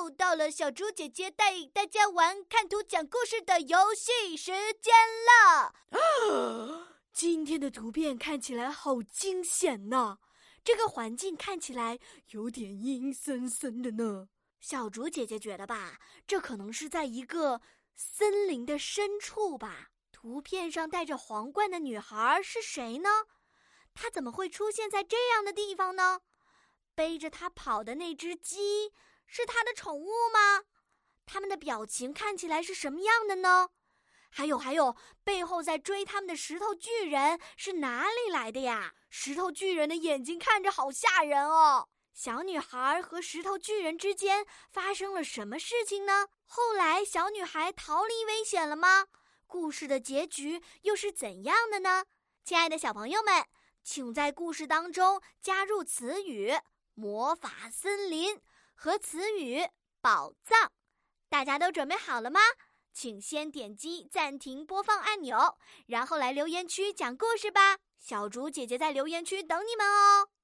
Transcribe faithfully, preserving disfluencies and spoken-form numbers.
又到了小猪姐姐带大家玩看图讲故事的游戏时间了。今天的图片看起来好惊险呢，这个环境看起来有点阴森森的呢。小猪姐姐觉得吧，这可能是在一个森林的深处吧。图片上戴着皇冠的女孩是谁呢？她怎么会出现在这样的地方呢？背着她跑的那只鸡是她的宠物吗？他们的表情看起来是什么样的呢？还有还有，背后在追他们的石头巨人是哪里来的呀？石头巨人的眼睛看着好吓人哦。小女孩和石头巨人之间发生了什么事情呢？后来小女孩逃离危险了吗？故事的结局又是怎样的呢？亲爱的小朋友们，请在故事当中加入词语魔法森林和词语宝藏。大家都准备好了吗？请先点击暂停播放按钮，然后来留言区讲故事吧。小猪姐姐在留言区等你们哦。